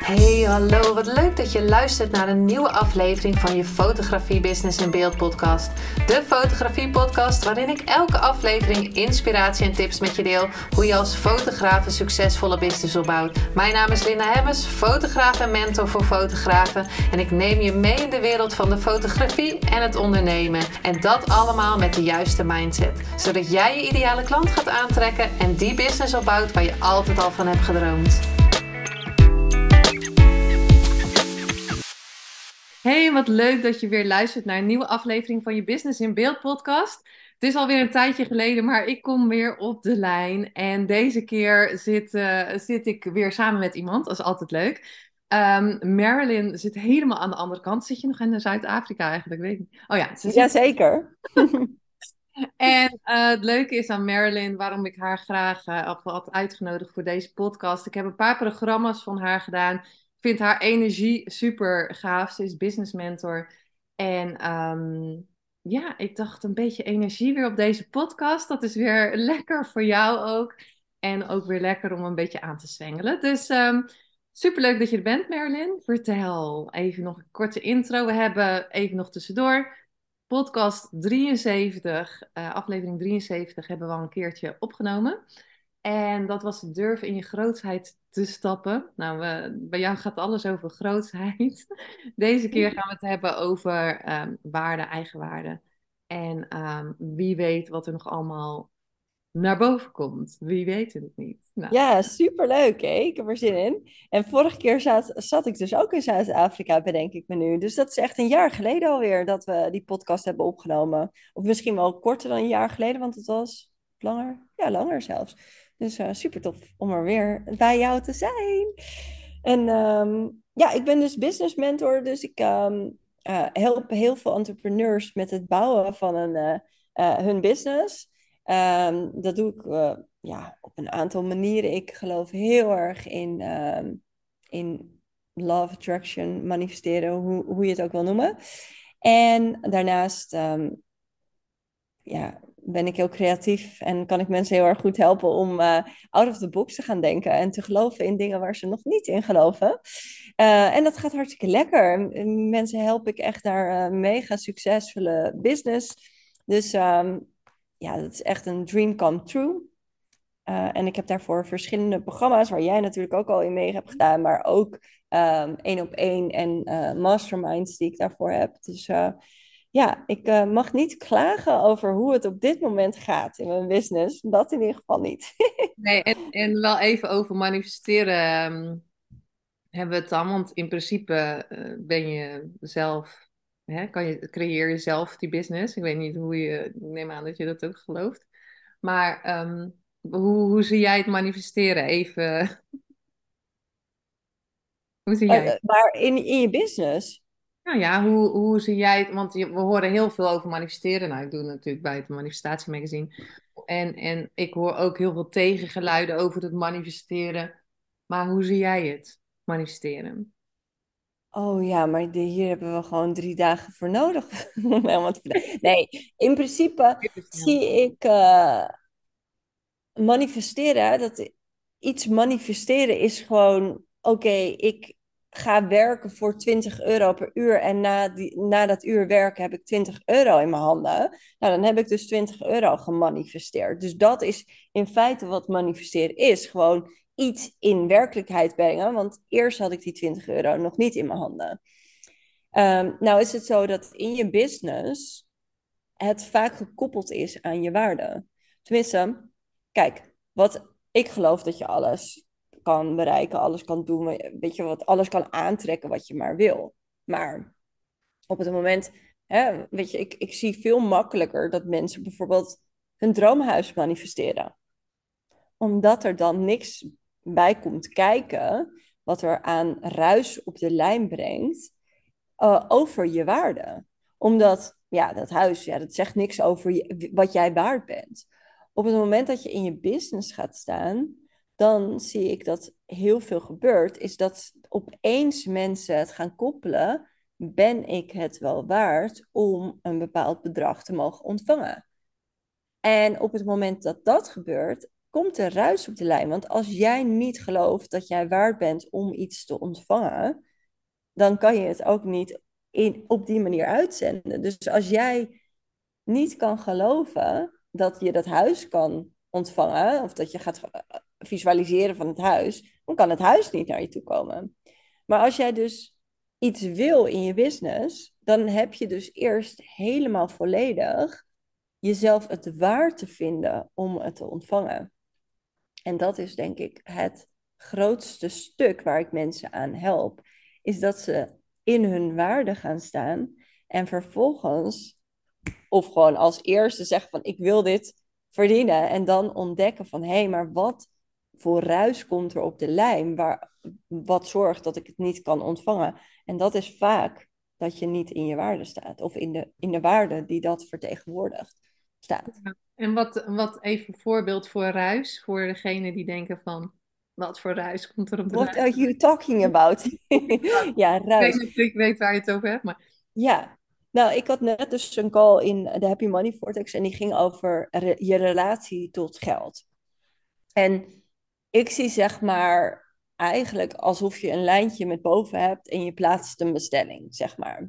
Hey, hallo. Wat leuk dat je luistert naar een nieuwe aflevering van je Fotografie Business in Beeld podcast. De fotografie podcast waarin ik elke aflevering inspiratie en tips met je deel hoe je als fotograaf een succesvolle business opbouwt. Mijn naam is Linda Hemmers, fotograaf en mentor voor fotografen. En ik neem je mee in de wereld van de fotografie en het ondernemen. En dat allemaal met de juiste mindset. Zodat jij je ideale klant gaat aantrekken en die business opbouwt waar je altijd al van hebt gedroomd. Hey, wat leuk dat je weer luistert naar een nieuwe aflevering van je Business in Beeld podcast. Het is alweer een tijdje geleden, maar ik kom weer op de lijn. En deze keer zit ik weer samen met iemand. Dat is altijd leuk. Marilyn zit helemaal aan de andere kant. Zit je nog in Zuid-Afrika eigenlijk? Weet ik niet. Oh ja, ze zit... Jazeker. En het leuke is aan Marilyn, waarom ik haar graag had uitgenodigd voor deze podcast. Ik heb een paar programma's van haar gedaan. Ik vind haar energie super gaaf. Ze is business mentor. En ja, ik dacht een beetje energie weer op deze podcast. Dat is weer lekker voor jou ook. En ook weer lekker om een beetje aan te zwengelen. Dus super leuk dat je er bent, Marilyn. Vertel even nog een korte intro. We hebben even nog tussendoor. Podcast 73, aflevering 73, hebben we al een keertje opgenomen. En dat was durven in je grootsheid te stappen. Nou, bij jou gaat alles over grootsheid. Deze keer gaan we het hebben over waarde, eigenwaarde. En wie weet wat er nog allemaal naar boven komt. Wie weet het niet. Nou, Ja, superleuk, hè? Ik heb er zin in. En vorige keer zat ik dus ook in Zuid-Afrika, bedenk ik me nu. Dus dat is echt een jaar geleden alweer dat we die podcast hebben opgenomen. Of misschien wel korter dan een jaar geleden, want het was langer. Ja, langer zelfs. Dus super tof om er weer bij jou te zijn. En ja, ik ben dus business mentor, dus ik help heel veel entrepreneurs met het bouwen van hun business. Dat doe ik ja, op een aantal manieren. Ik geloof heel erg in love attraction, manifesteren, hoe je het ook wil noemen. En daarnaast ja, ben ik heel creatief en kan ik mensen heel erg goed helpen om out of the box te gaan denken en te geloven in dingen waar ze nog niet in geloven. En dat gaat hartstikke lekker. Mensen help ik echt naar mega succesvolle business. Dus ja, dat is echt een dream come true. En ik heb daarvoor verschillende programma's, waar jij natuurlijk ook al in mee hebt gedaan, maar ook één op één en masterminds die ik daarvoor heb. Dus ja, ik mag niet klagen over hoe het op dit moment gaat in mijn business. Dat in ieder geval niet. nee, en wel even over manifesteren. Hebben we het dan? Want in principe ben je zelf, hè, creëer je zelf die business. Ik weet niet hoe je, ik neem aan dat je dat ook gelooft. Maar hoe zie jij het manifesteren? Even, hoe zie jij het? Maar in je business. Nou ja, hoe zie jij het? Want we horen heel veel over manifesteren. Nou, ik doe het natuurlijk bij het manifestatiemagazine. En ik hoor ook heel veel tegengeluiden over het manifesteren. Maar hoe zie jij het, manifesteren? Oh ja, maar hier hebben we gewoon 3 dagen voor nodig. om helemaal Nee, in principe zie ik manifesteren, iets manifesteren is gewoon, oké, ik ga werken voor 20 euro per uur en na dat uur werken heb ik 20 euro in mijn handen. Nou, dan heb ik dus 20 euro gemanifesteerd. Dus dat is in feite wat manifesteren is. Gewoon iets in werkelijkheid brengen, want eerst had ik die 20 euro nog niet in mijn handen. Nou is het zo dat in je business het vaak gekoppeld is aan je waarde. Tenminste, kijk, wat ik geloof dat je alles kan bereiken, alles kan doen, weet je wat, alles kan aantrekken wat je maar wil. Maar op het moment, hè, weet je, ik zie veel makkelijker dat mensen bijvoorbeeld hun droomhuis manifesteren. Omdat er dan niks bij komt kijken wat er aan ruis op de lijn brengt over je waarde. Omdat, ja, dat huis, ja, dat zegt niks over wat jij waard bent. Op het moment dat je in je business gaat staan, dan zie ik dat heel veel gebeurt, is dat opeens mensen het gaan koppelen, ben ik het wel waard om een bepaald bedrag te mogen ontvangen? En op het moment dat dat gebeurt, komt er ruis op de lijn. Want als jij niet gelooft dat jij waard bent om iets te ontvangen, dan kan je het ook niet op die manier uitzenden. Dus als jij niet kan geloven dat je dat huis kan ontvangen, of dat je gaat visualiseren van het huis, dan kan het huis niet naar je toe komen. Maar als jij dus iets wil in je business, dan heb je dus eerst helemaal volledig jezelf het waard te vinden om het te ontvangen. En dat is denk ik het grootste stuk waar ik mensen aan help, is dat ze in hun waarde gaan staan en vervolgens, of gewoon als eerste zeggen van ik wil dit verdienen en dan ontdekken van hé, maar wat voor ruis komt er op de lijn, wat zorgt dat ik het niet kan ontvangen. En dat is vaak dat je niet in je waarde staat of in de waarde die dat vertegenwoordigt staat. Ja. En wat even voorbeeld voor ruis, voor degene die denken van, wat voor ruis komt er op de What lijn? are you talking about? Ja, Ik weet ruis. niet of ik weet waar je het over hebt, maar Ja, nou, ik had net dus een call in de Happy Money Vortex en die ging over je relatie tot geld. En ik zie zeg maar eigenlijk alsof je een lijntje met boven hebt en je plaatst een bestelling, zeg maar.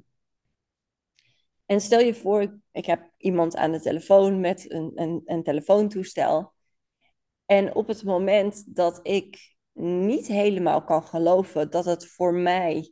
En stel je voor, ik heb iemand aan de telefoon met een telefoontoestel. En op het moment dat ik niet helemaal kan geloven dat het voor mij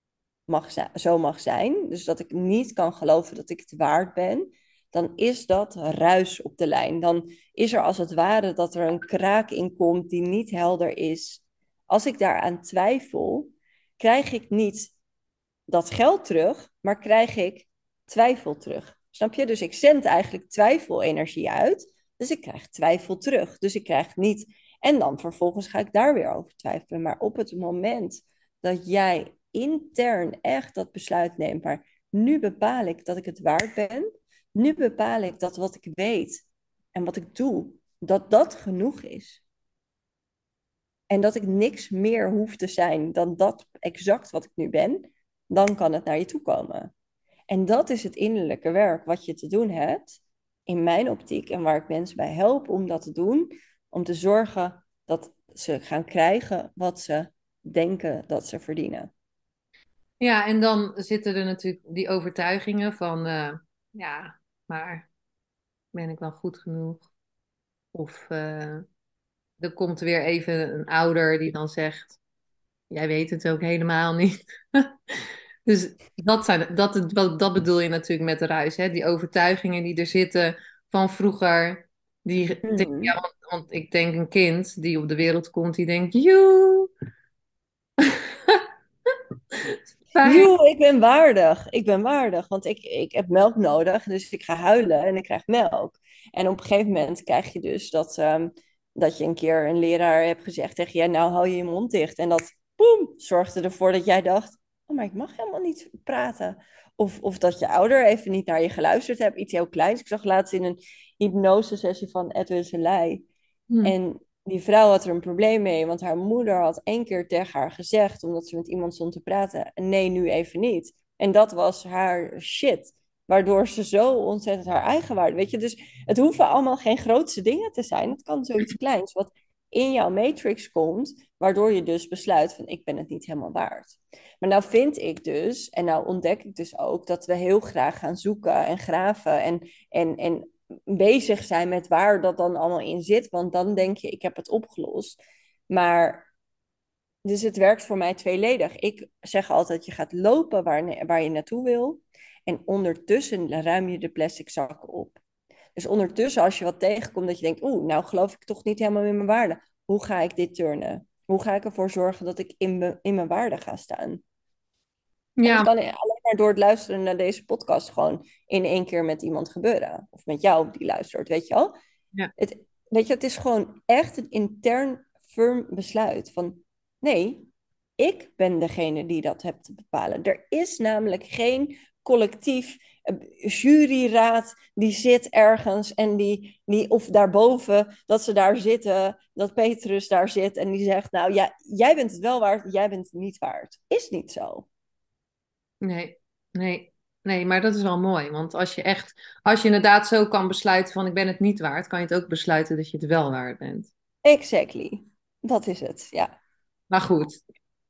zo mag zijn, dus dat ik niet kan geloven dat ik het waard ben, dan is dat ruis op de lijn. Dan is er als het ware dat er een kraak in komt die niet helder is. Als ik daaraan twijfel, krijg ik niet dat geld terug, maar krijg ik twijfel terug. Snap je? Dus ik zend eigenlijk twijfelenergie uit, dus ik krijg twijfel terug. Dus ik krijg niet. En dan vervolgens ga ik daar weer over twijfelen. Maar op het moment dat jij intern echt dat besluit neemt, maar nu bepaal ik dat ik het waard ben, nu bepaal ik dat wat ik weet en wat ik doe, dat dat genoeg is. En dat ik niks meer hoef te zijn dan dat exact wat ik nu ben, dan kan het naar je toe komen. En dat is het innerlijke werk wat je te doen hebt, in mijn optiek, en waar ik mensen bij help om dat te doen, om te zorgen dat ze gaan krijgen wat ze denken dat ze verdienen. ja, en dan zitten er natuurlijk die overtuigingen van, ja, maar ben ik wel goed genoeg? Of er komt weer even een ouder die dan zegt, jij weet het ook helemaal niet. Dus dat bedoel je natuurlijk met de ruis, hè? Die overtuigingen die er zitten van vroeger. Ja, Mhm. want ik denk een kind die op de wereld komt, die denkt, joe, fijn. Joe, ik ben waardig. Ik ben waardig, want ik heb melk nodig, dus ik ga huilen en ik krijg melk. En op een gegeven moment krijg je dus dat je een keer een leraar hebt gezegd tegen jij, nou hou je je mond dicht. En dat, boem, zorgde ervoor dat jij dacht, oh, maar ik mag helemaal niet praten. Of dat je ouder even niet naar je geluisterd hebt, iets heel kleins. Ik zag laatst in een hypnosesessie van Edwin Selei. Hm. En die vrouw had er een probleem mee, want haar moeder had 1 keer tegen haar gezegd, omdat ze met iemand stond te praten, nee, nu even niet. En dat was haar shit, waardoor ze zo ontzettend haar eigen waarde, weet je. Dus het hoeven allemaal geen grootste dingen te zijn. Het kan zoiets kleins wat in jouw matrix komt, waardoor je dus besluit van ik ben het niet helemaal waard. Maar nou vind ik dus, en nou ontdek ik dus ook, dat we heel graag gaan zoeken en graven en bezig zijn met waar dat dan allemaal in zit. Want dan denk je, ik heb het opgelost. Maar dus het werkt voor mij tweeledig. Ik zeg altijd, je gaat lopen waar je naartoe wil. En ondertussen ruim je de plastic zakken op. Dus ondertussen, als je wat tegenkomt dat je denkt, oeh, nou geloof ik toch niet helemaal in mijn waarde. Hoe ga ik dit turnen? Hoe ga ik ervoor zorgen dat ik in mijn waarde ga staan? En dat Ja, kan alleen maar door het luisteren naar deze podcast gewoon in 1 keer met iemand gebeuren. Of met jou die luistert, weet je wel? ja. Weet je, het is gewoon echt een intern firm besluit van nee, ik ben degene die dat hebt te bepalen. Er is namelijk geen collectief juryraad die zit ergens en die of daarboven, dat ze daar zitten, dat Petrus daar zit en die zegt, nou ja, jij bent het wel waard, jij bent het niet waard. Is niet zo. Nee, nee, nee, maar dat is wel mooi. Want als je inderdaad zo kan besluiten van ik ben het niet waard, kan je het ook besluiten dat je het wel waard bent. Exactly. Dat is het, ja. Maar goed.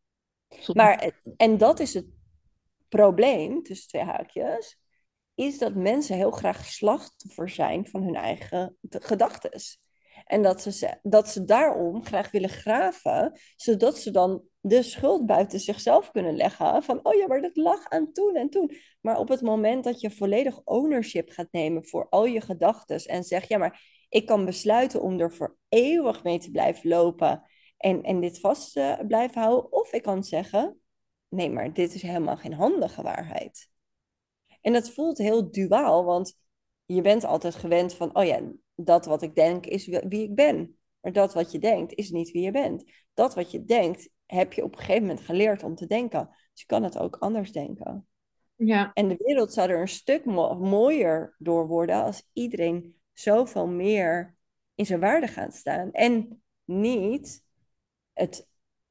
En dat is het probleem, tussen twee haakjes, is dat mensen heel graag slachtoffer zijn van hun eigen gedachten. En dat ze daarom graag willen graven, zodat ze dan de schuld buiten zichzelf kunnen leggen. Van, oh ja, maar dat lag aan toen en toen. Maar op het moment dat je volledig ownership gaat nemen voor al je gedachten en zegt, ja, maar ik kan besluiten om er voor eeuwig mee te blijven lopen en dit vast te blijven houden. Of ik kan zeggen, nee, maar dit is helemaal geen handige waarheid. En dat voelt heel duaal, want je bent altijd gewend van, oh ja, dat wat ik denk is wie ik ben. Maar dat wat je denkt is niet wie je bent. Dat wat je denkt heb je op een gegeven moment geleerd om te denken. Dus je kan het ook anders denken. Ja. En de wereld zou er een stuk mooier door worden als iedereen zoveel meer in zijn waarde gaat staan. En niet het,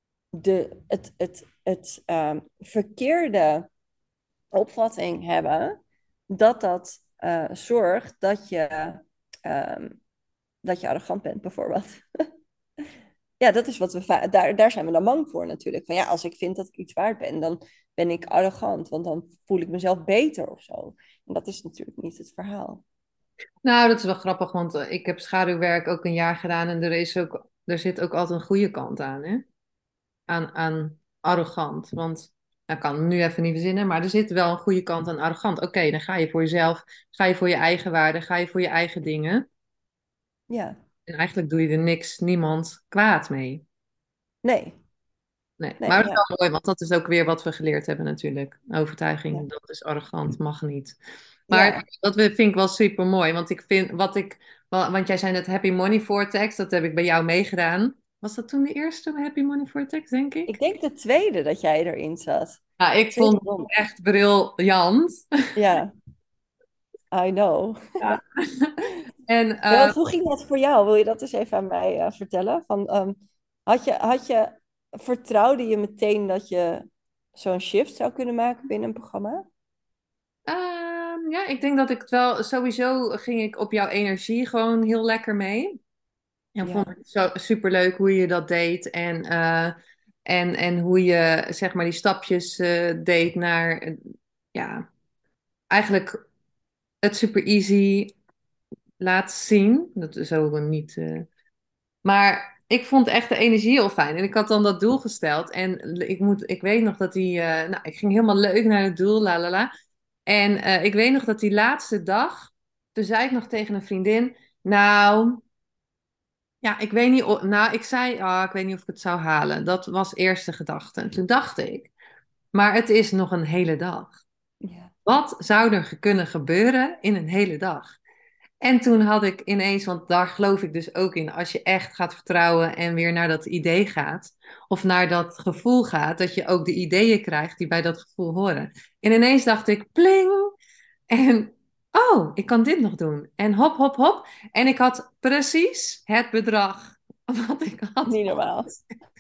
het verkeerde opvatting hebben, dat zorgt ehm, dat je arrogant bent, bijvoorbeeld. Ja, dat is wat daar zijn we dan bang voor natuurlijk. Van ja, als ik vind dat ik iets waard ben, dan ben ik arrogant, want dan voel ik mezelf beter of zo. En dat is natuurlijk niet het verhaal. Nou, dat is wel grappig, want ik heb schaduwwerk ook een jaar gedaan en er zit ook altijd een goede kant aan, hè? Aan arrogant. Want, nou, ik kan hem nu even niet verzinnen, maar er zit wel een goede kant aan arrogant. Oké, dan ga je voor jezelf, ga je voor je eigen waarde, ga je voor je eigen dingen. Ja, En eigenlijk doe je er niemand kwaad mee. nee, Nee, maar nee, dat is ja, wel mooi, want dat is ook weer wat we geleerd hebben natuurlijk. ja, Overtuiging, dat is arrogant, mag niet. ja. Maar vind ik wel super mooi, want ik vind want jij zei net Happy Money Vortex, dat heb ik bij jou meegedaan. Was dat toen de eerste Happy Money Vortex, denk Ik ik? denk de tweede dat jij erin zat. Ja, ik Tweede vond het ronde. echt briljant. Ja, I know. Ja. En Ja, want hoe ging dat voor jou? Wil je dat eens even aan mij vertellen? Vertrouwde je meteen dat je zo'n shift zou kunnen maken binnen een programma? ja, ik denk dat ik het wel, sowieso ging ik op jouw energie gewoon heel lekker mee. En vond Ja, het zo superleuk hoe je dat deed. En hoe je zeg maar die stapjes deed naar ja, eigenlijk het super easy laten zien. Dat is ook niet. Maar ik vond echt de energie heel fijn. En ik had dan dat doel gesteld. En ik weet nog dat nou, ik ging helemaal leuk naar het doel, la la la. En ik weet nog dat die laatste dag, toen zei ik nog tegen een vriendin, nou. Ja, ik weet niet. Nou, ik zei, ik weet niet of ik het zou halen. Dat was eerste gedachte. En toen dacht ik, maar het is nog een hele dag. ja, Wat zou er kunnen gebeuren in een hele dag? En toen had ik ineens, want daar geloof ik dus ook in, als je echt gaat vertrouwen en weer naar dat idee gaat, of naar dat gevoel gaat, dat je ook de ideeën krijgt die bij dat gevoel horen. En ineens dacht ik, pling! En oh, ik kan dit nog doen. En hop, hop, hop. En ik had precies het bedrag wat ik had. niet normaal.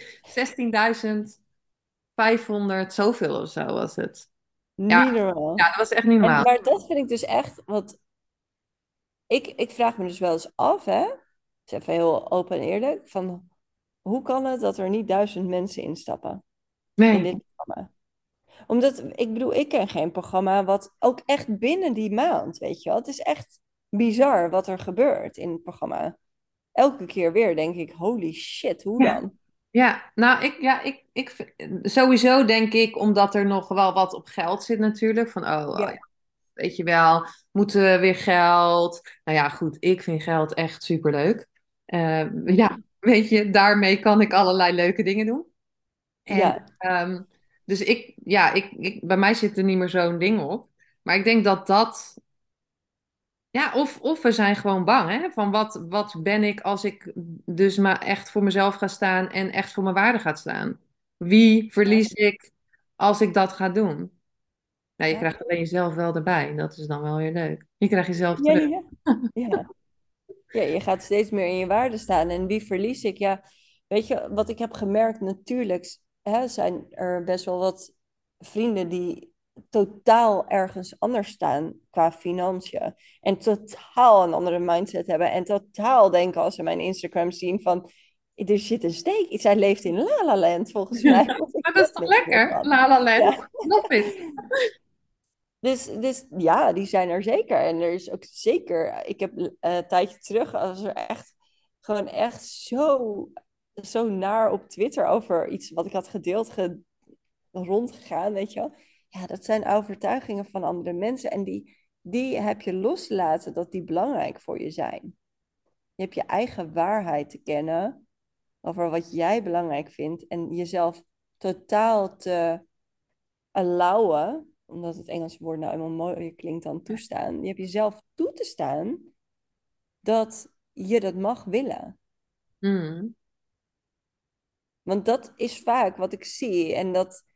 16.500, zoveel of zo was het. Ja, Niet normaal. ja, dat was echt niet normaal. Maar dat vind ik dus echt, want ik vraag me dus wel eens af, hè? Dus even heel open en eerlijk, van hoe kan het dat er niet 1000 mensen instappen in Nee. dit programma? Omdat, ik bedoel, ik ken geen programma wat ook echt binnen die maand, weet je wel. Het is echt bizar wat er gebeurt in het programma. Elke keer weer denk ik, holy shit, hoe Ja. dan? Ja, nou, sowieso denk ik, omdat er nog wel wat op geld zit natuurlijk, van, ja, Ja. weet je wel, moeten we weer geld? Nou ja, goed, ik vind geld echt superleuk. Ja, Mhm. weet je, daarmee kan ik allerlei leuke dingen doen. En Ja, dus bij mij zit er niet meer zo'n ding op. Maar ik denk dat ja, of we zijn gewoon bang, hè? Van wat ben ik als ik dus maar echt voor mezelf ga staan en echt voor mijn waarde ga staan? Wie ja, verlies ik als ik dat ga doen? Nou, je ja. krijgt alleen jezelf wel erbij. Dat is dan wel weer leuk. Je krijgt jezelf Ja, terug. ja, ja. Ja, je gaat steeds meer in je waarde staan. En wie verlies ik? Ja, weet je, wat ik heb gemerkt, natuurlijk zijn er best wel wat vrienden die totaal ergens anders staan qua financiën. En totaal een andere mindset hebben. En totaal denken als ze mijn Instagram zien van, er zit een steek. Zij leeft in La La Land, volgens mij. Want ik Maar dat is weet toch niks meer lekker? van. La La Land. Ja. Love it. Dus ja, die zijn er zeker. En er is ook zeker, ik heb een tijdje terug, als er echt gewoon echt zo naar op Twitter over iets wat ik had gedeeld, rondgegaan, weet je wel. Ja, dat zijn overtuigingen van andere mensen en die heb je losgelaten dat die belangrijk voor je zijn. Je hebt je eigen waarheid te kennen over wat jij belangrijk vindt en jezelf totaal te allowen, omdat het Engelse woord nou eenmaal mooier klinkt dan toestaan. Je hebt jezelf toe te staan dat je dat mag willen. Hmm. Want dat is vaak wat ik zie. En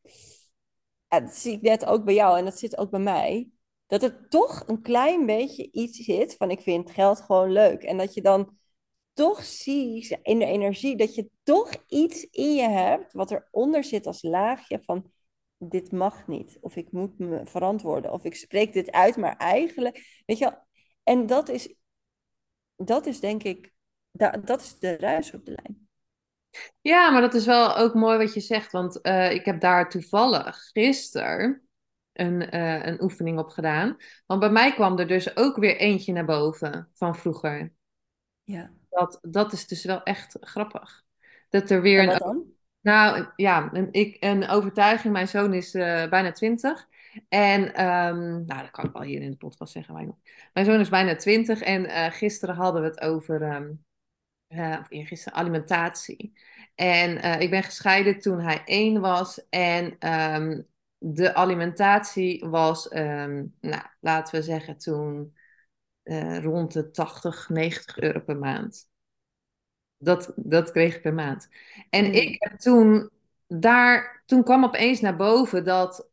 dat zie ik net ook bij jou en dat zit ook bij mij. Dat er toch een klein beetje iets zit van ik vind geld gewoon leuk. En dat je dan toch ziet in de energie dat je toch iets in je hebt wat eronder zit als laagje van dit mag niet. Of ik moet me verantwoorden. Of ik spreek dit uit, maar eigenlijk, weet je wel. En dat is denk ik, dat is de ruis op de lijn. Ja, maar dat is wel ook mooi wat je zegt, want ik heb daar toevallig gisteren een oefening op gedaan. Want bij mij kwam er dus ook weer eentje naar boven van vroeger. Ja. Dat is dus wel echt grappig. Dat er weer En wat dan? nou ja, een overtuiging. Mijn zoon is bijna 20. En nou, dat kan ik wel hier in de podcast zeggen. Mijn zoon is bijna 20 en gisteren hadden we het over of eergisteren, alimentatie. En ik ben gescheiden toen hij 1 was. En de alimentatie was, nou, laten we zeggen, toen rond de 80, 90 euro per maand. Dat kreeg ik per maand. En ik Mm, heb toen kwam opeens naar boven dat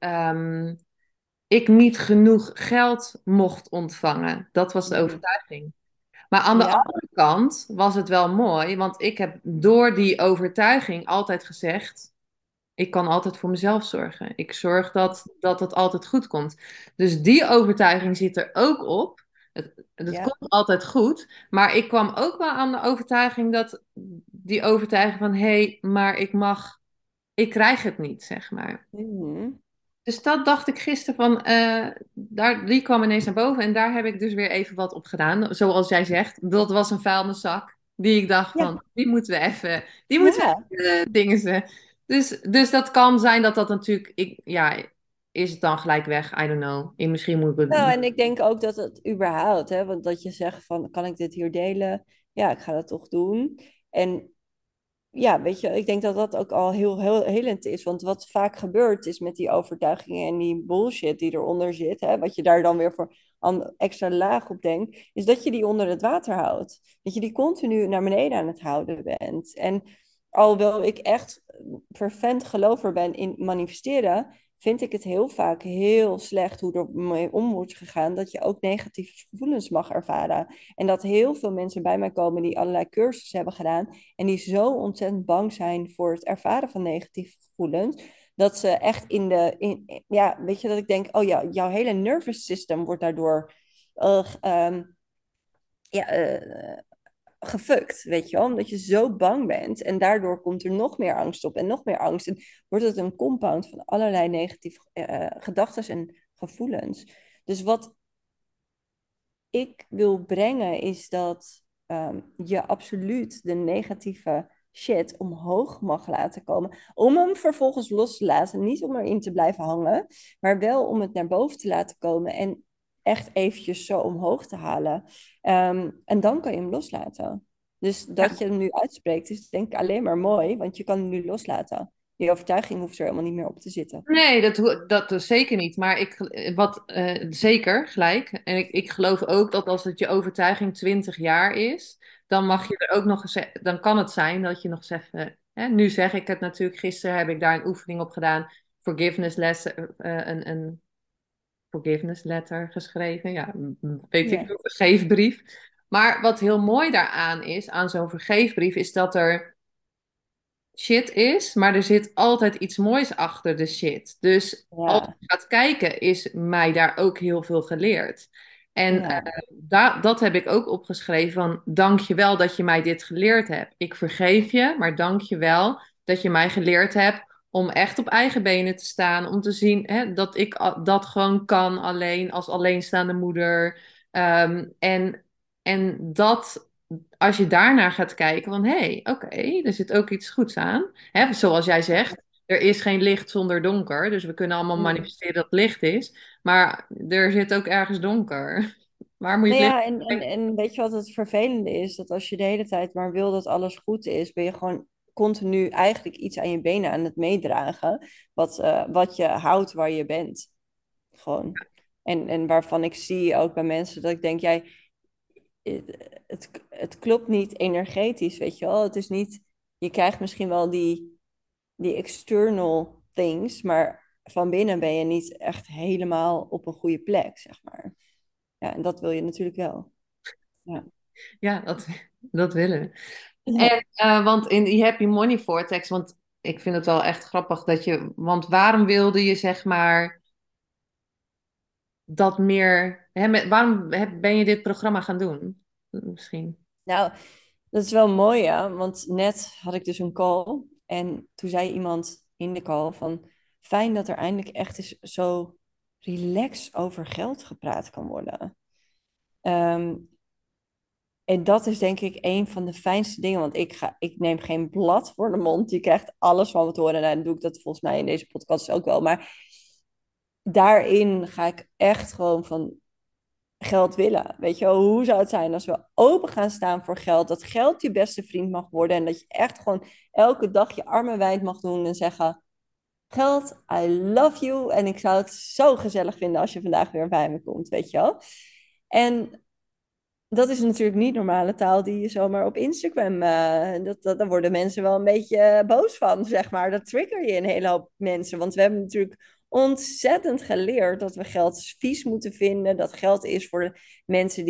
ik niet genoeg geld mocht ontvangen. Dat was de mm. overtuiging. Maar aan de Ja. andere kant was het wel mooi, want ik heb door die overtuiging altijd gezegd: ik kan altijd voor mezelf zorgen. Ik zorg dat het altijd goed komt. Dus die overtuiging zit er ook op. Het Ja. komt altijd goed. Maar ik kwam ook wel aan de overtuiging dat die overtuiging van hé, maar ik krijg het niet, zeg maar. Mm. Dus dat dacht ik gisteren van, die kwam ineens naar boven en daar heb ik dus weer even wat op gedaan. Zoals jij zegt, dat was een vuilniszak die ik dacht Ja. van, die moeten Ja. we even dingen ze. Dus dat kan zijn dat dat natuurlijk, ja, is het dan gelijk weg? I don't know. Misschien moet ik Nou, het, en ik denk ook dat het überhaupt, hè, want dat je zegt van, kan ik dit hier delen? Ja, ik ga dat toch doen. En ja, weet je, ik denk dat dat ook al heel helend is. Want wat vaak gebeurt is met die overtuigingen en die bullshit die eronder zit, hè, wat je daar dan weer voor extra laag op denkt, is dat je die onder het water houdt. Dat je die continu naar beneden aan het houden bent. En alhoewel ik echt fervent gelover ben in manifesteren, vind ik het heel vaak heel slecht hoe er mee om wordt gegaan, dat je ook negatieve gevoelens mag ervaren. En dat heel veel mensen bij mij komen die allerlei cursussen hebben gedaan en die zo ontzettend bang zijn voor het ervaren van negatieve gevoelens, dat ze echt ja, weet je, dat ik denk, oh ja, jouw hele nervous system wordt daardoor ja, gefukt, weet je wel, omdat je zo bang bent en daardoor komt er nog meer angst op en nog meer angst en wordt het een compound van allerlei negatieve gedachten en gevoelens. Dus wat ik wil brengen is dat je absoluut de negatieve shit omhoog mag laten komen. Om hem vervolgens los te laten. Niet om erin te blijven hangen, maar wel om het naar boven te laten komen en echt eventjes zo omhoog te halen. En dan kan je hem loslaten. Dus dat je hem nu uitspreekt is denk ik alleen maar mooi, want je kan hem nu loslaten. Die overtuiging hoeft er helemaal niet meer op te zitten. nee, dat is zeker niet. Maar zeker gelijk. En ik geloof ook dat als het je overtuiging 20 jaar is, dan mag je er ook nog eens, dan kan het zijn dat je nog eens even, hè, nu zeg ik het natuurlijk, gisteren heb ik daar een oefening op gedaan, forgiveness les, een forgiveness letter geschreven. Ja, weet ik Ja, veel, een vergeefbrief. Maar wat heel mooi daaraan is, aan zo'n vergeefbrief, is dat er shit is, maar er zit altijd iets moois achter de shit. Dus als ja, je gaat kijken, is mij daar ook heel veel geleerd. En Ja. dat heb ik ook opgeschreven van dank je wel dat je mij dit geleerd hebt. Ik vergeef je, maar dank je wel dat je mij geleerd hebt om echt op eigen benen te staan. Om te zien hè, dat ik dat gewoon kan alleen als alleenstaande moeder. En dat als je daarnaar gaat kijken van hé, oké, er zit ook iets goeds aan. Hè, zoals jij zegt, er is geen licht zonder donker. Dus we kunnen allemaal Mm. manifesteren dat het licht is. Maar er zit ook ergens donker. Waar moet je Nou het licht ja, kijken? en weet je wat het vervelende is? Dat als je de hele tijd maar wil dat alles goed is, ben je gewoon continu eigenlijk iets aan je benen aan het meedragen, wat je houdt waar je bent. Gewoon. En waarvan ik zie ook bij mensen dat ik denk, jij, het klopt niet energetisch, weet je wel. Het is niet, je krijgt misschien wel die external things, maar van binnen ben je niet echt helemaal op een goede plek, zeg maar. Ja, en dat wil je natuurlijk wel. Ja. Ja, dat willen we. Ja. En, want in die Happy Money Vortex, want ik vind het wel echt grappig dat je, want waarom wilde je zeg maar dat meer, hè, waarom ben je dit programma gaan doen? Misschien. Nou, dat is wel mooi, ja. Want net had ik dus een call. En toen zei iemand in de call van... Fijn dat er eindelijk echt eens zo relaxed over geld gepraat kan worden. Ehm, en dat is denk ik een van de fijnste dingen. Want ik neem geen blad voor de mond. Je krijgt alles van me te horen. En dan doe ik dat volgens mij in deze podcast ook wel. Maar daarin ga ik echt gewoon van geld willen. Weet je wel, hoe zou het zijn als we open gaan staan voor geld? Dat geld je beste vriend mag worden. En dat je echt gewoon elke dag je armen wijd mag doen en zeggen: Geld, I love you. En ik zou het zo gezellig vinden als je vandaag weer bij me komt, weet je wel. En dat is natuurlijk niet normale taal die je zomaar op Instagram. Daar worden mensen wel een beetje boos van, zeg maar. Dat trigger je een hele hoop mensen. Want we hebben natuurlijk ontzettend geleerd dat we geld vies moeten vinden. Dat geld is voor de mensen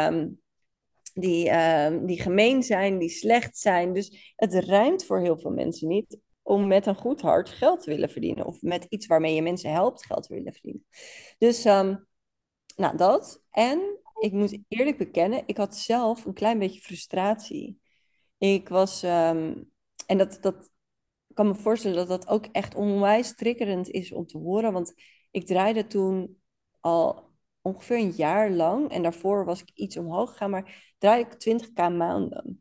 die gemeen zijn, die slecht zijn. Dus het ruimt voor heel veel mensen niet om met een goed hart geld te willen verdienen. Of met iets waarmee je mensen helpt geld te willen verdienen. Dus nou, dat. En ik moet eerlijk bekennen, ik had zelf een klein beetje frustratie. Ik was, en dat ik kan me voorstellen dat dat ook echt onwijs triggerend is om te horen. Want ik draaide toen al ongeveer een jaar lang. En daarvoor was ik iets omhoog gegaan, maar draaide ik 20k maanden.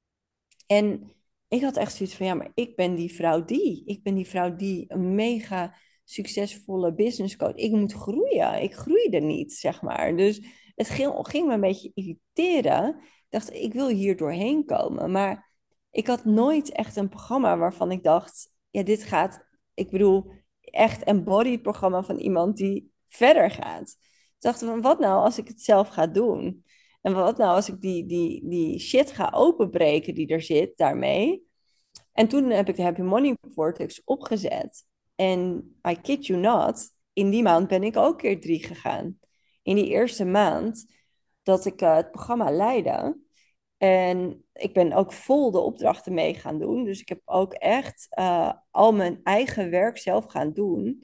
En ik had echt zoiets van, ja, maar ik ben die vrouw die. Ik ben die vrouw die een mega succesvolle business coach. Ik moet groeien. Ik groeide niet, zeg maar. Dus het ging me een beetje irriteren. Ik dacht, ik wil hier doorheen komen. Maar ik had nooit echt een programma waarvan ik dacht, ja, dit gaat, ik bedoel, echt een bodyprogramma van iemand die verder gaat. Ik dacht, van, wat nou als ik het zelf ga doen? En wat nou als ik die shit ga openbreken die er zit daarmee? En toen heb ik de Happy Money Vortex opgezet. En I kid you not, in die maand ben ik ook keer 3 gegaan. In die eerste maand dat ik het programma leidde. En ik ben ook vol de opdrachten mee gaan doen. Dus ik heb ook echt al mijn eigen werk zelf gaan doen.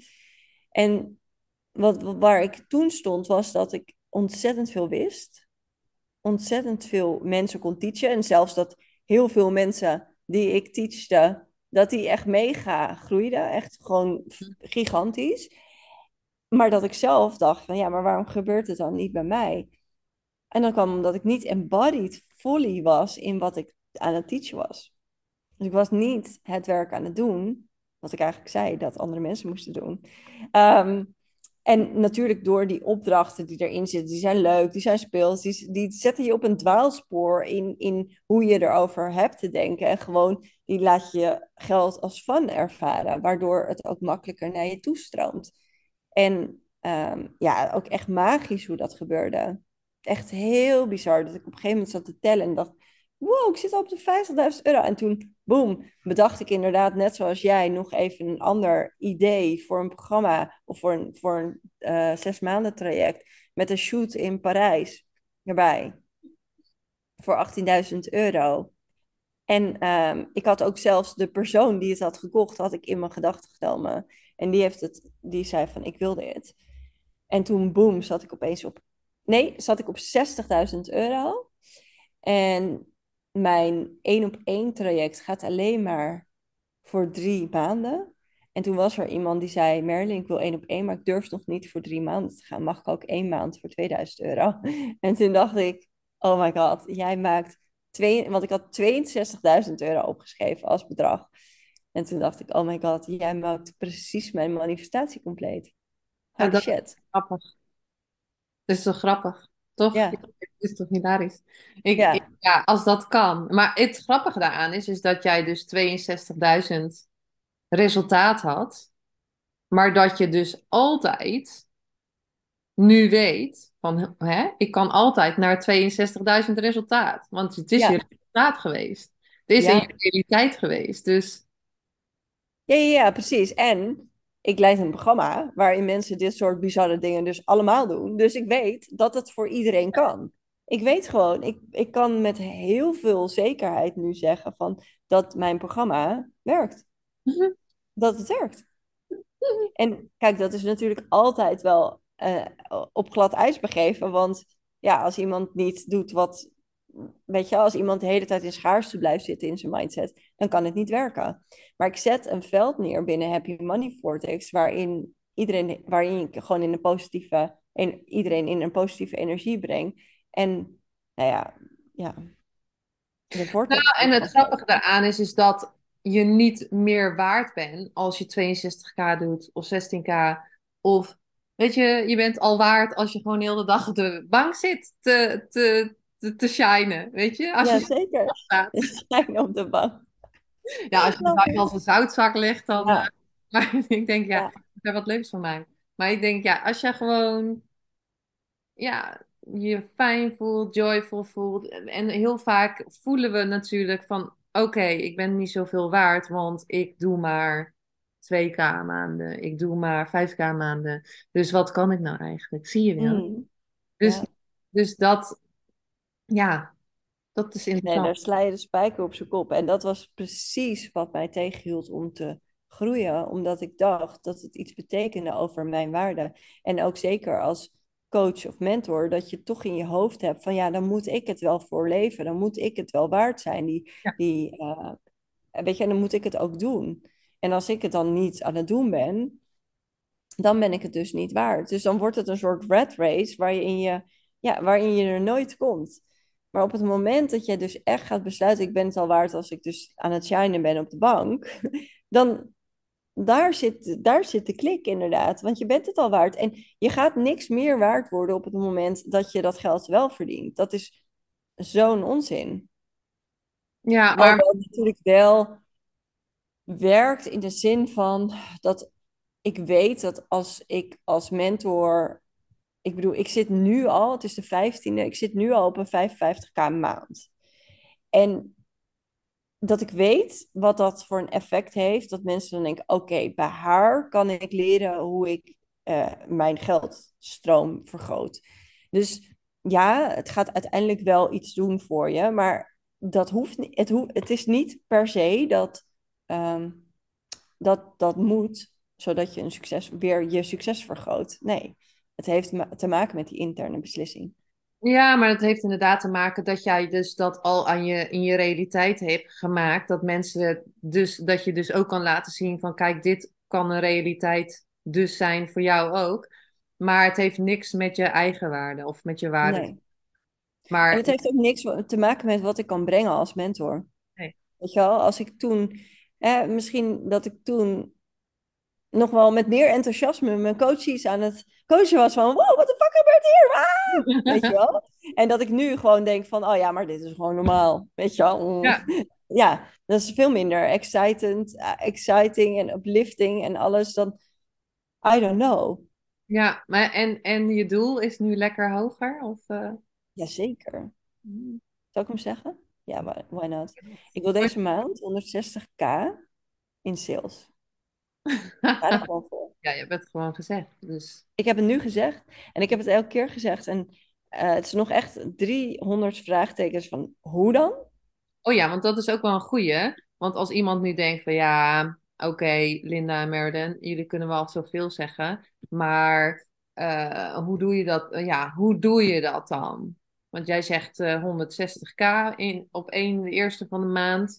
En waar ik toen stond, was dat ik ontzettend veel wist, ontzettend veel mensen kon teachen. En zelfs dat heel veel mensen die ik teachte, dat die echt mega groeiden. Echt gewoon gigantisch. Maar dat ik zelf dacht van ja, maar waarom gebeurt het dan niet bij mij? En dan kwam omdat ik niet embodied fully was in wat ik aan het teachen was. Dus ik was niet het werk aan het doen, wat ik eigenlijk zei dat andere mensen moesten doen. Ehm, en natuurlijk door die opdrachten die erin zitten, die zijn leuk, die zijn speels, die zetten je op een dwaalspoor in hoe je erover hebt te denken. En gewoon, die laat je geld als fun ervaren, waardoor het ook makkelijker naar je toestroomt. En ja, ook echt magisch hoe dat gebeurde. Echt heel bizar dat ik op een gegeven moment zat te tellen en dacht, wow, ik zit al op de 50.000 euro. En toen, boom, bedacht ik inderdaad, net zoals jij, nog even een ander idee voor een programma of voor een 6 maanden traject met een shoot in Parijs erbij voor 18.000 euro. En ik had ook zelfs de persoon die het had gekocht, had ik in mijn gedachten genomen. En die zei van, ik wil dit. En toen, boom, zat ik opeens op Nee, zat ik op 60.000 euro. En mijn 1-op-1 traject gaat alleen maar voor 3 maanden. En toen was er iemand die zei, Merlin, ik wil 1-op-1, maar ik durf nog niet voor 3 maanden te gaan. Mag ik ook 1 maand voor 2000 euro? En toen dacht ik, oh my god, jij maakt want ik had 62.000 euro opgeschreven als bedrag. En toen dacht ik, oh my god, jij maakt precies mijn manifestatie compleet. Ja, Holy dat is shit. grappig. Dat is toch grappig? Toch? Ja, Het is toch hilarisch? ja, Ja, als dat kan. Maar het grappige daaraan is dat jij dus 62.000 resultaat had, maar dat je dus altijd nu weet van, hè, ik kan altijd naar 62.000 resultaat. Want het is je ja, resultaat geweest. Het is in je ja. realiteit geweest. Dus Ja, ja, ja, precies. En ik leid een programma waarin mensen dit soort bizarre dingen dus allemaal doen. Dus ik weet dat het voor iedereen kan. Ik weet gewoon, ik kan met heel veel zekerheid nu zeggen van dat mijn programma werkt. Dat het werkt. En kijk, dat is natuurlijk altijd wel op glad ijs begeven. Want ja, als iemand niet doet wat. Weet je, als iemand de hele tijd in schaarste blijft zitten in zijn mindset, dan kan het niet werken. Maar ik zet een veld neer binnen Happy Money Vortex, waarin ik gewoon in een iedereen in een positieve energie breng. En nou ja, de vortex en wordt het gewoon. grappige daaraan is dat je niet meer waard bent als je 62k doet of 16k. Of weet je, je bent al waard als je gewoon heel de dag op de bank zit te shinen. Weet je, als Ja, je zeker. staat. Zijn op de bank. Ja, als je Snap als je? een zoutzak ligt, dan. Ja, Maar ik denk, ja, ja. dat is wat leuks van mij. Maar ik denk, ja, als je gewoon ja, je fijn voelt, joyful voelt. En heel vaak voelen we natuurlijk van, oké, ik ben niet zoveel waard, want ik doe maar 2k maanden, ik doe maar 5k maanden. Dus wat kan ik nou eigenlijk? Zie je wel? Mm, Dus, ja. dus dat, ja, dat is Nee, interessant. daar sla je de spijker op zijn kop. En dat was precies wat mij tegenhield om te groeien, omdat ik dacht dat het iets betekende over mijn waarde. En ook zeker als coach of mentor, dat je toch in je hoofd hebt van ja, dan moet ik het wel voor leven, dan moet ik het wel waard zijn. Ja. Weet je, dan moet ik het ook doen. En als ik het dan niet aan het doen ben, dan ben ik het dus niet waard. Dus dan wordt het een soort rat race waarin je er nooit komt. Maar op het moment dat je dus echt gaat besluiten, ik ben het al waard als ik dus aan het shinen ben op de bank, dan daar zit de klik inderdaad. Want je bent het al waard. En je gaat niks meer waard worden op het moment dat je dat geld wel verdient. Dat is zo'n onzin. Ja, maar Alhoewel het natuurlijk wel werkt in de zin van dat ik weet dat als ik als mentor. Ik bedoel, ik zit nu al, het is de 15e, ik zit nu al op een 55k maand. En dat ik weet wat dat voor een effect heeft, dat mensen dan denken, oké, bij haar kan ik leren hoe ik mijn geldstroom vergroot. Dus ja, het gaat uiteindelijk wel iets doen voor je, maar dat hoeft niet, het is niet per se ehm, dat moet, zodat je weer je succes vergroot. Nee, het heeft te maken met die interne beslissing. ja, maar dat heeft inderdaad te maken dat jij dus dat al in je realiteit hebt gemaakt. Dat mensen dus, dat je dus ook kan laten zien van kijk, dit kan een realiteit dus zijn voor jou ook. Maar het heeft niks met je eigen waarde of met je waarde. Nee. En Maar het heeft ook niks te maken met wat ik kan brengen als mentor. nee. Weet je wel, als ik toen, misschien dat ik toen nog wel met meer enthousiasme mijn coaches aan het coachen was van, wow, what the fuck gebeurt hier? Ah! Weet je wel? En dat ik nu gewoon denk van, oh ja, maar dit is gewoon normaal. Weet je wel? Ja, Ja, dat is veel minder exciting en uplifting en alles dan, I don't know. ja, maar en je doel is nu lekker hoger? Of, Jazeker. Zal ik hem zeggen? Ja, why not? Ik wil Oh, deze maand 160k in sales. Ga er gewoon voor. ja, je hebt het gewoon gezegd. Dus. Ik heb het nu gezegd en ik heb het elke keer gezegd. En het is nog echt 300 vraagtekens van hoe dan? Oh ja, want dat is ook wel een goeie. Want als iemand nu denkt van ja, oké, Linda en Meriden, jullie kunnen wel zoveel zeggen, maar hoe doe je dat? Ja, hoe doe je dat dan? Want jij zegt 160k op één de eerste van de maand.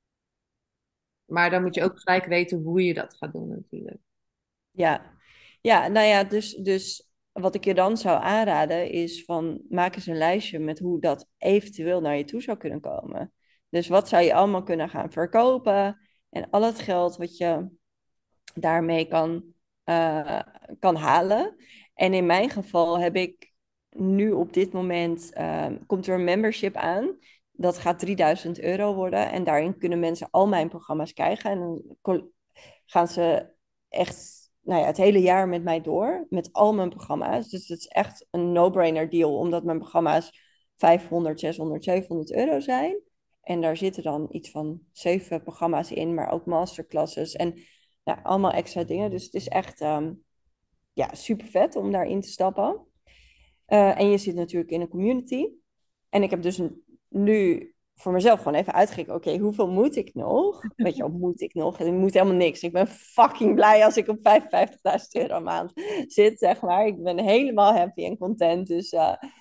Maar dan moet je ook gelijk weten hoe je dat gaat doen natuurlijk. Ja, ja, nou ja, dus wat ik je dan zou aanraden is van maak eens een lijstje met hoe dat eventueel naar je toe zou kunnen komen. Dus wat zou je allemaal kunnen gaan verkopen en al het geld wat je daarmee eh, kan halen. En in mijn geval heb ik nu op dit moment, komt er een membership aan. Dat gaat 3000 euro worden en daarin kunnen mensen al mijn programma's krijgen. En dan gaan ze echt het hele jaar met mij door, met al mijn programma's. Dus het is echt een no-brainer deal, omdat mijn programma's 500, 600, 700 euro zijn. En daar zitten dan iets van 7 programma's in, maar ook masterclasses en ja, allemaal extra dingen. Dus het is echt ja, super vet om daarin te stappen. En je zit natuurlijk in een community. En ik heb dus nu voor mezelf gewoon even uitgekeken. Oké, hoeveel moet ik nog? Weet je, wat moet ik nog? Ik moet helemaal niks. Ik ben fucking blij als ik op 55.000 euro a maand zit, zeg maar. Ik ben helemaal happy en content. Dus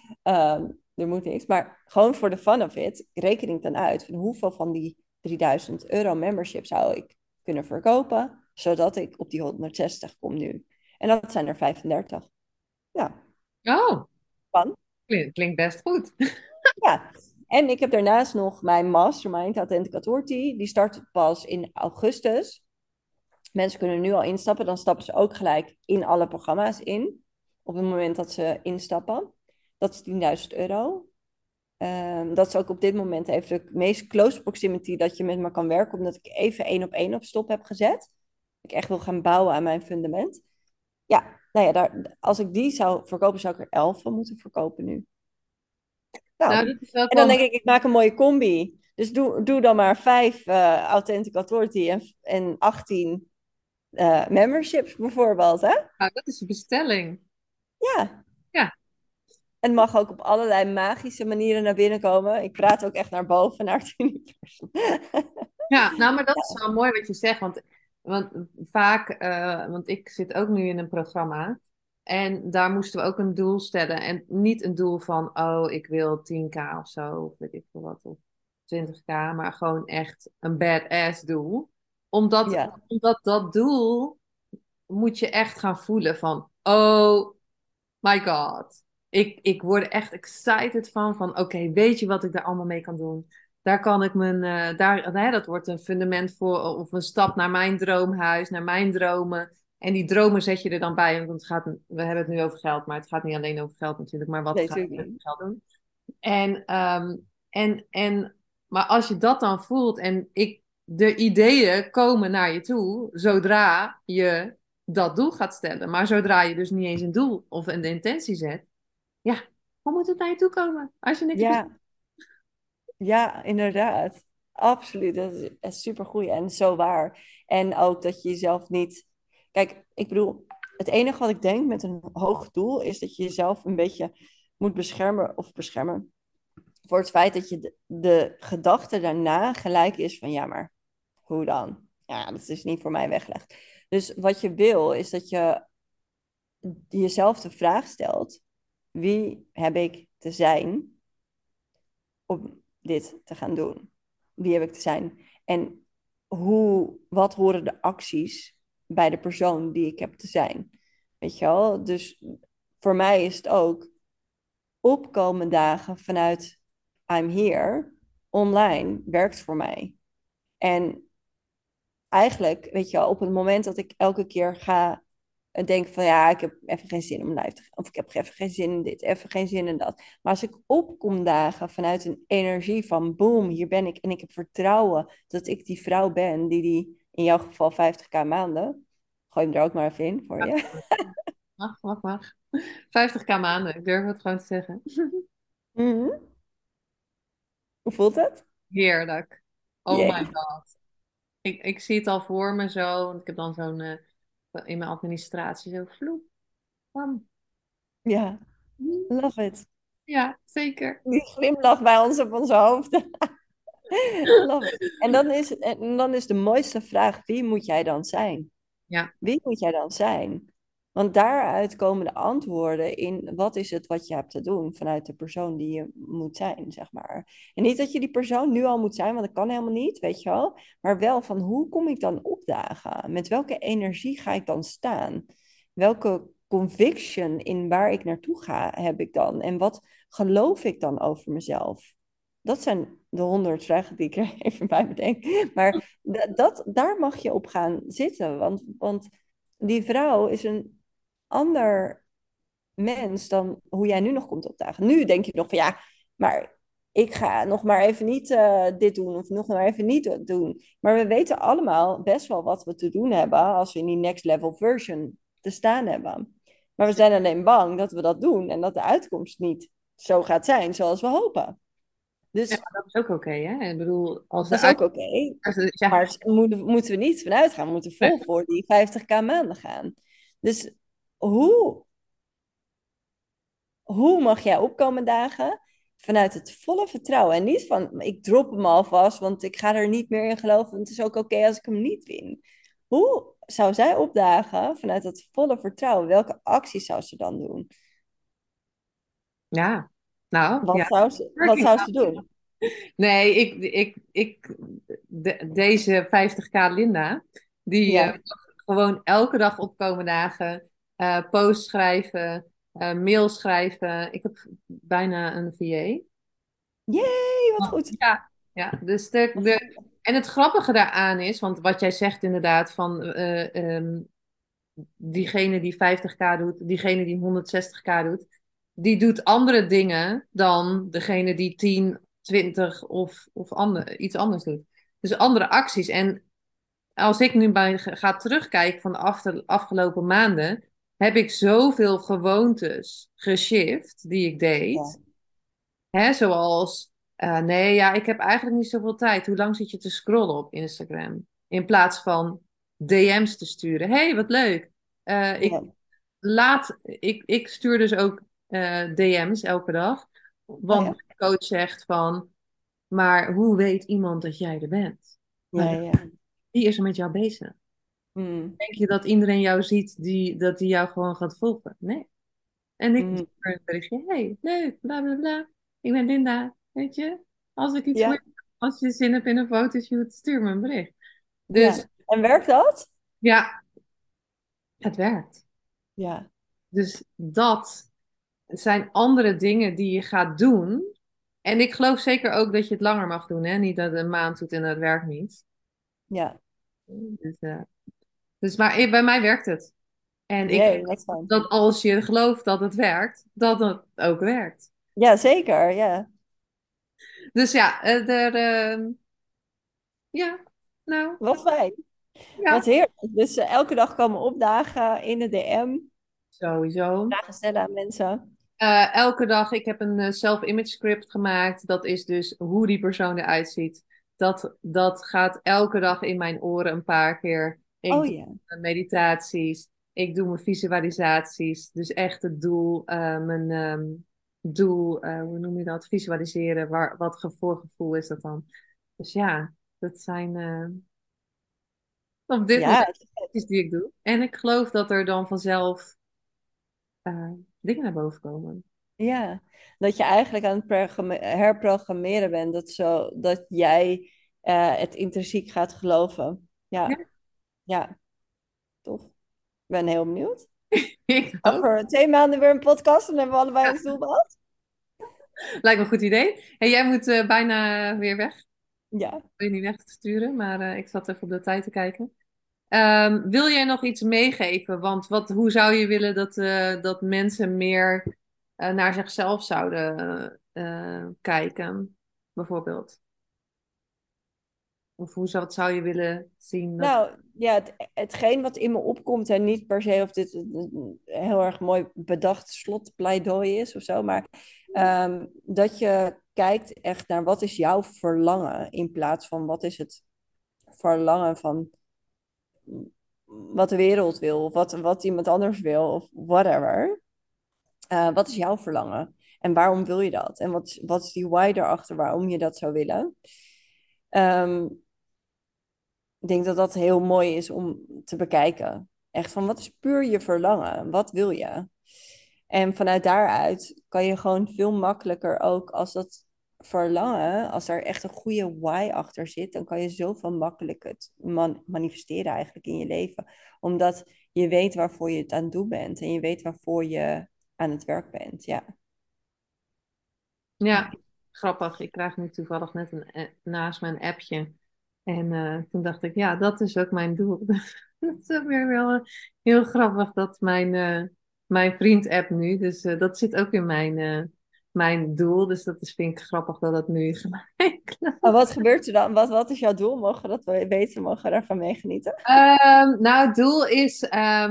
er moet niks. Maar gewoon voor de fun of it, reken ik dan uit van hoeveel van die 3000 euro membership zou ik kunnen verkopen, zodat ik op die 160 kom nu. En dat zijn er 35. Ja, Oh, kan. klinkt best goed. Ja, en ik heb daarnaast nog mijn mastermind, Authentic die start pas in augustus. Mensen kunnen nu al instappen, dan stappen ze ook gelijk in alle programma's in. Op het moment dat ze instappen. Dat is 10.000 euro. Dat is ook op dit moment even de meest close proximity dat je met me kan werken, omdat ik even 1-op-1 op stop heb gezet. Ik echt wil gaan bouwen aan mijn fundament. Ja, nou ja, als ik die zou verkopen, zou ik er 11 van moeten verkopen nu. Nou, Nou, dat is ook en dan wel. denk ik maak een mooie combi. Dus doe dan maar 5 Authentic Authority en 18 memberships bijvoorbeeld, hè? Nou, dat is een bestelling. Ja, Ja. en mag ook op allerlei magische manieren naar binnen komen. Ik praat ook echt naar boven, naar het universum. Ja, nou, maar dat is wel mooi wat je zegt. Want vaak, want ik zit ook nu in een programma. En daar moesten we ook een doel stellen. En niet een doel van, oh, ik wil 10k of zo, of weet ik veel wat, of 20k. Maar gewoon echt een badass doel. Ja, Omdat dat doel moet je echt gaan voelen van, oh my god. Ik word er echt excited van oké, weet je wat ik daar allemaal mee kan doen? Daar kan ik dat wordt een fundament voor, of een stap naar mijn droomhuis, naar mijn dromen. En die dromen zet je er dan bij, want we hebben het nu over geld, maar het gaat niet alleen over geld natuurlijk, maar wat nee, ga je natuurlijk met het niet. geld doen? En, maar als je dat dan voelt en de ideeën komen naar je toe, zodra je dat doel gaat stellen. Maar zodra je dus niet eens een doel of een intentie zet, ja, hoe moet het naar je toe komen als je niks bestelt? Ja, ja, inderdaad. Absoluut. Dat is supergoed en zo waar. En ook dat je jezelf niet. Kijk, ik bedoel, het enige wat ik denk met een hoog doel is dat je jezelf een beetje moet beschermen voor het feit dat je de gedachte daarna gelijk is van ja, maar hoe dan? Ja, dat is niet voor mij weggelegd. Dus wat je wil is dat je jezelf de vraag stelt: wie heb ik te zijn om dit te gaan doen? Wie heb ik te zijn? En wat horen de acties bij de persoon die ik heb te zijn? Weet je wel? Dus voor mij is het ook opkomen dagen vanuit I'm here online werkt voor mij. En eigenlijk, weet je wel, op het moment dat ik elke keer ga denken van ja, ik heb even geen zin om live te gaan. Of ik heb even geen zin in dit, even geen zin in dat. Maar als ik opkom dagen vanuit een energie van boom, hier ben ik. En ik heb vertrouwen dat ik die vrouw ben die in jouw geval 50k maanden. Gooi hem er ook maar even in voor je. Mag. 50k maanden, ik durf het gewoon te zeggen. Mhm. Hoe voelt het? Heerlijk. Oh my Jee. god. Ik zie het al voor me zo, want ik heb dan zo'n in mijn administratie zo vloep. Bam. Ja, love it. Ja, zeker. Die glimlach bij ons op ons hoofd. Love it. En dan is de mooiste vraag, wie moet jij dan zijn? Ja. Wie moet jij dan zijn? Want daaruit komen de antwoorden in wat is het wat je hebt te doen vanuit de persoon die je moet zijn, zeg maar. En niet dat je die persoon nu al moet zijn, want dat kan helemaal niet, weet je wel. Maar wel van hoe kom ik dan opdagen? Met welke energie ga ik dan staan? Welke conviction in waar ik naartoe ga heb ik dan? En wat geloof ik dan over mezelf? Dat zijn de 100 vragen die ik er even bij bedenk. Maar daar mag je op gaan zitten. Want die vrouw is een ander mens dan hoe jij nu nog komt opdagen. Nu denk je nog van ja, maar ik ga nog maar even niet dit doen of nog maar even niet dat doen. Maar we weten allemaal best wel wat we te doen hebben als we in die next level version te staan hebben. Maar we zijn alleen bang dat we dat doen en dat de uitkomst niet zo gaat zijn zoals we hopen. Ja, Dus maar dat is ook oké, hè? Ik bedoel, als de dat is ook oké. ja, Maar moeten we niet vanuit gaan. We moeten vol voor die 50k maanden gaan. Dus hoe hoe mag jij opkomen dagen? Vanuit het volle vertrouwen. En niet van, ik drop hem alvast, want ik ga er niet meer in geloven. Want het is ook oké als ik hem niet win. Hoe zou zij opdagen vanuit het volle vertrouwen? Welke acties zou ze dan doen? ja, nou, ja. Wat zou ze doen? Nee, deze 50k Linda, die Ja. mag gewoon elke dag opkomen dagen, post schrijven, mail schrijven. Ik heb bijna een VA. Yay, wat goed. Ja, ja, dus en het grappige daaraan is, want wat jij zegt inderdaad van diegene die 50k doet, diegene die 160k doet, die doet andere dingen dan degene die 10, 20 of iets anders doet. Dus andere acties. En als ik nu ga terugkijken van de afgelopen maanden, heb ik zoveel gewoontes geshift die ik Ja, deed. Hè, zoals, nee, ja, ik heb eigenlijk niet zoveel tijd. Hoe lang zit je te scrollen op Instagram? In plaats van DM's te sturen. Hey, wat leuk. ja, Ik stuur dus ook DM's elke dag. oh Want ja, mijn coach zegt van, maar hoe weet iemand dat jij er bent? ja, ja. Wie is er met jou bezig? Mm, Denk je dat iedereen jou ziet, dat die jou gewoon gaat volgen? Nee. En ik mm, stuur een berichtje. Hey, leuk, bla bla bla. Ik ben Linda. Weet je, als ik iets ja, wil, als je zin hebt in een fotoshoot, stuur me een bericht. Dus ja. En werkt dat? ja, het werkt. Ja, Dus dat zijn andere dingen die je gaat doen. En ik geloof zeker ook dat je het langer mag doen, hè? Niet dat het een maand doet en dat werkt niet. ja. Dus, maar bij mij werkt het. En ik Jee, weet wat fijn. dat als je gelooft dat het werkt, dat het ook werkt. Ja, zeker, ja. Dus ja, ja, nou, Wat fijn. Wat ja, heerlijk. Dus elke dag komen opdagen in de DM. sowieso. Vragen stellen aan mensen. Elke dag, ik heb een self-image script gemaakt. Dat is dus hoe die persoon eruit ziet. Dat gaat elke dag in mijn oren een paar keer. Ik Oh doe ja, meditaties. Ik doe mijn visualisaties. Dus echt het doel, mijn doel, hoe noem je dat? Visualiseren. Wat voorgevoel is dat dan? Dus ja, dat zijn op dit ja, moment acties die ik doe. En ik geloof dat er dan vanzelf dingen naar boven komen. ja. Dat je eigenlijk aan het herprogrammeren bent. Dat jij het intrinsiek gaat geloven. Ja, Ja, ja, tof. Ik ben heel benieuwd. ik ook. Over 2 maanden weer een podcast en dan hebben we allebei Ja, ons doel behaald. lijkt me een goed idee. Hey, jij moet bijna weer weg. Ik Ja. wil je niet weg te sturen, maar ik zat even op de tijd te kijken. Wil jij nog iets meegeven? Want hoe zou je willen dat mensen meer naar zichzelf zouden kijken, bijvoorbeeld? Of wat zou je willen zien dat... Nou, ja, hetgeen wat in me opkomt en niet per se of dit een heel erg mooi bedacht slotpleidooi is of zo, maar dat je kijkt echt naar wat is jouw verlangen in plaats van wat is het verlangen van wat de wereld wil of wat iemand anders wil of whatever. Wat is jouw verlangen en waarom wil je dat? En wat is die why erachter waarom je dat zou willen? Ehm, ik denk dat dat heel mooi is om te bekijken. Echt van, wat is puur je verlangen? Wat wil je? En vanuit daaruit kan je gewoon veel makkelijker ook als dat verlangen, als er echt een goede why achter zit, dan kan je zoveel makkelijk het manifesteren eigenlijk in je leven. Omdat je weet waarvoor je het aan het doen bent en je weet waarvoor je aan het werk bent. Ja. Ja, grappig. Ik krijg nu toevallig net naast mijn appje. En toen dacht ik, ja, dat is ook mijn doel. Dat is ook weer wel heel grappig dat mijn vriend app nu. Dus dat zit ook in mijn doel. Dus dat is, vind ik grappig dat dat nu gelijk. Maar wat gebeurt er dan? Wat is jouw doel? Mogen we dat we weten? Mogen we daarvan meegenieten? Nou, het doel is,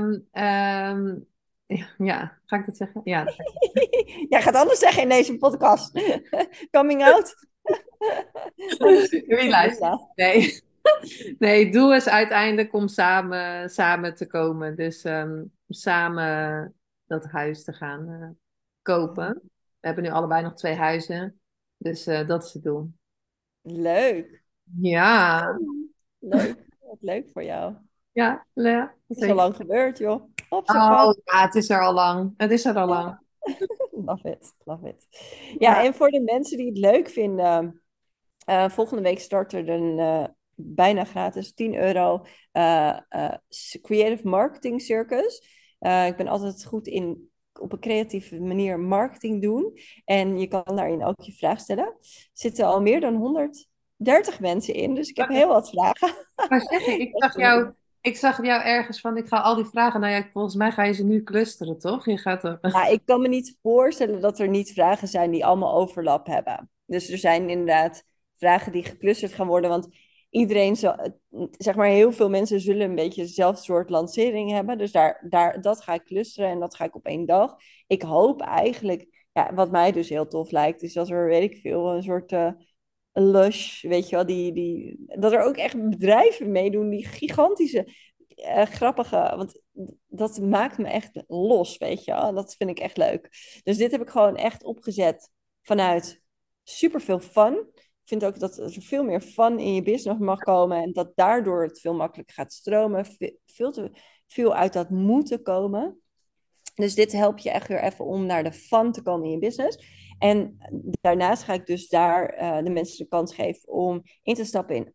ja, ga ik dat zeggen? Ja, dat ga ik Jij gaat anders zeggen in deze podcast. Coming out. Wat is het doel Wie van luistert? Linda? Nee. Nee, het doel is uiteindelijk om samen te komen. Dus samen dat huis te gaan kopen. We hebben nu allebei nog 2 huizen. Dus dat is het doel. Leuk. Ja, Leuk. Wat leuk voor jou. ja, Het is al zeker. lang gebeurd, joh. Op zijn Oh, gat. ja, het is er al lang. Het is er al lang. Love it, love it. Ja, Ja. en voor de mensen die het leuk vinden, volgende week start er een bijna gratis 10 euro Creative Marketing Circus. Ik ben altijd goed in op een creatieve manier marketing doen. En je kan daarin ook je vraag stellen. Er zitten al meer dan 130 mensen in, dus ik heb heel wat vragen. Maar zeggen, Echt leuk. ik zag jou ergens van, ik ga al die vragen. Nou ja, volgens mij ga je ze nu clusteren, toch? Je gaat er. Ja, ik kan me niet voorstellen dat er niet vragen zijn die allemaal overlap hebben. Dus er zijn inderdaad vragen die geclusterd gaan worden. Want iedereen, zeg maar, heel veel mensen zullen een beetje dezelfde soort lancering hebben. Dus dat ga ik clusteren en dat ga ik op één dag. Ik hoop eigenlijk, ja, wat mij dus heel tof lijkt, is dat er, weet ik veel, een soort Lush, weet je wel, dat er ook echt bedrijven meedoen die gigantische, grappige, want dat maakt me echt los, weet je wel. Dat vind ik echt leuk. Dus dit heb ik gewoon echt opgezet vanuit superveel fun. Ik vind ook dat er veel meer fun in je business mag komen en dat daardoor het veel makkelijker gaat stromen, veel te veel uit dat moeten komen. Dus dit helpt je echt weer even om naar de fun te komen in je business. En daarnaast ga ik dus daar de mensen de kans geven om in te stappen in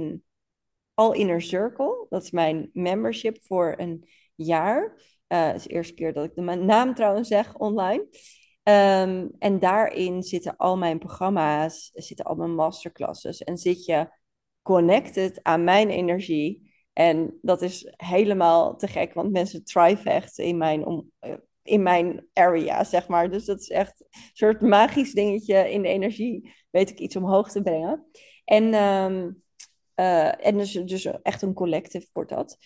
All Inner Circle. Dat is mijn membership voor een jaar. Het is de eerste keer dat ik mijn naam trouwens zeg online. En daarin zitten al mijn programma's, zitten al mijn masterclasses. En zit je connected aan mijn energie. En dat is helemaal te gek, want mensen thrive echt in mijn area, zeg maar. Dus dat is echt een soort magisch dingetje in de energie, weet ik iets omhoog te brengen. En, en dus echt een collective wordt dat.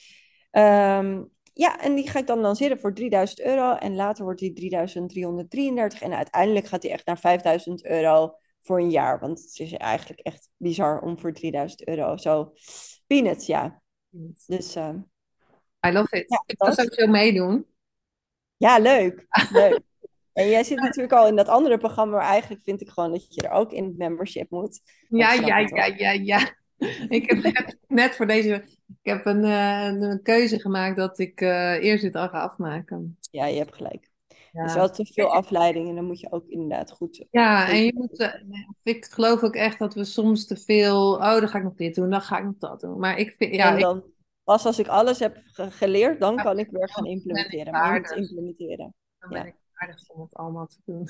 Ja, en die ga ik dan lanceren voor 3000 euro. En later wordt die 3333. En uiteindelijk gaat die echt naar 5000 euro voor een jaar. Want het is eigenlijk echt bizar om voor 3000 euro zo peanuts, ja. Dus I love it. ja, Ik ga dat. sowieso meedoen. Ja, leuk. Leuk. En jij zit natuurlijk al in dat andere programma, maar eigenlijk vind ik gewoon dat je er ook in het membership moet. Maar Ja, ik snap ja, het ja, wel. ja, ja. Ik heb net voor deze. Ik heb een keuze gemaakt dat ik eerst dit al ga afmaken. Ja, je hebt gelijk. Er is Ja. wel te veel afleiding en dan moet je ook inderdaad Ja, en goed. je moet. Ik geloof ook echt dat we soms te veel. Oh, dan ga ik nog dit doen, dan ga ik nog dat doen. Maar ik vind. Ja, En ik dan, pas als ik alles heb geleerd, dan kan ik weer gaan dan ben ik implementeren. Maar je moet waardig. implementeren. Dan ben Ja, ik waardig om het allemaal te doen.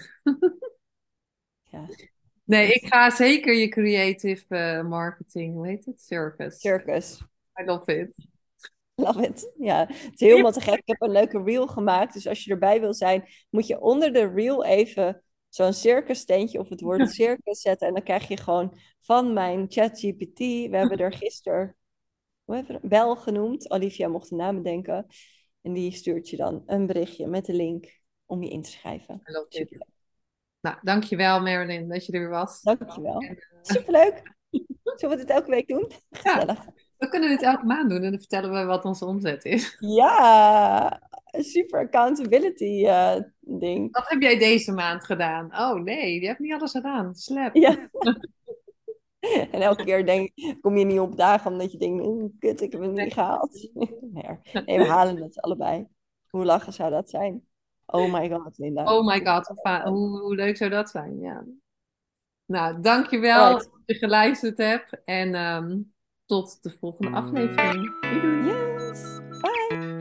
ja. Nee, ik Echt ga zeker je creative marketing, hoe heet het? Circus. circus. I love it. Love it. Ja, het is helemaal te gek. Ik heb een leuke reel gemaakt. Dus als je erbij wil zijn, moet je onder de reel even zo'n circus steentje of het woord circus zetten. En dan krijg je gewoon van mijn ChatGPT. We hebben er gisteren, hoe hebben we het? Bel genoemd. Olivia mocht de naam bedenken. En die stuurt je dan een berichtje met de link om je in te schrijven. I love it. Super. Nou, dankjewel Marilyn dat je er weer was. Dankjewel. En, Superleuk. Zullen we dit elke week doen? ja, Gezellig. we kunnen dit elke maand doen en dan vertellen we wat onze omzet is. Ja, een super accountability ding. Wat heb jij deze maand gedaan? Oh nee, je hebt niet alles gedaan. Slap. Ja. En elke keer kom je niet op dagen omdat je denkt, kut, ik heb het niet gehaald. Nee, we halen het allebei. Hoe lachen zou dat zijn? Oh my god, Linda. Oh my god, hoe leuk zou dat zijn? Ja. Nou, dankjewel Alright. dat je geluisterd hebt. En tot de volgende aflevering. Doei doei. Yes. Bye.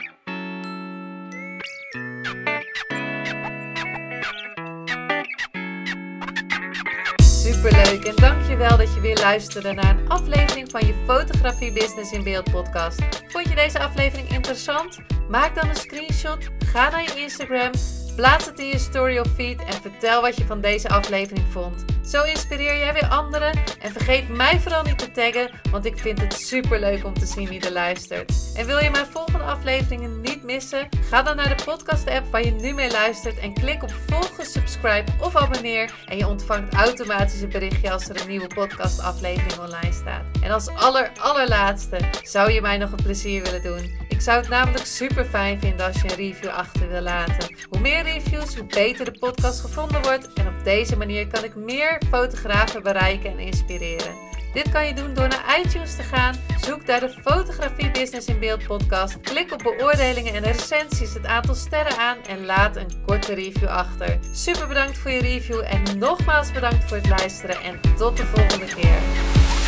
Superleuk en dankjewel dat je weer luisterde naar een aflevering van je Fotografie Business in Beeld podcast. Vond je deze aflevering interessant? Maak dan een screenshot, ga naar je Instagram, plaats het in je story of feed en vertel wat je van deze aflevering vond. Zo inspireer jij weer anderen en vergeet mij vooral niet te taggen, want ik vind het superleuk om te zien wie er luistert. En wil je mijn volgende afleveringen niet missen? Ga dan naar de podcast app waar je nu mee luistert en klik op volgen, subscribe of abonneer en je ontvangt automatisch een berichtje als er een nieuwe podcast aflevering online staat. En als allerlaatste zou je mij nog een plezier willen doen. Ik zou het namelijk super fijn vinden als je een review achter wil laten. Hoe meer reviews, hoe beter de podcast gevonden wordt en op deze manier kan ik meer fotografen bereiken en inspireren. Dit kan je doen door naar iTunes te gaan, zoek daar de Fotografie Business in Beeld podcast, klik op beoordelingen en recensies, het aantal sterren aan en laat een korte review achter. Super bedankt voor je review en nogmaals bedankt voor het luisteren en tot de volgende keer.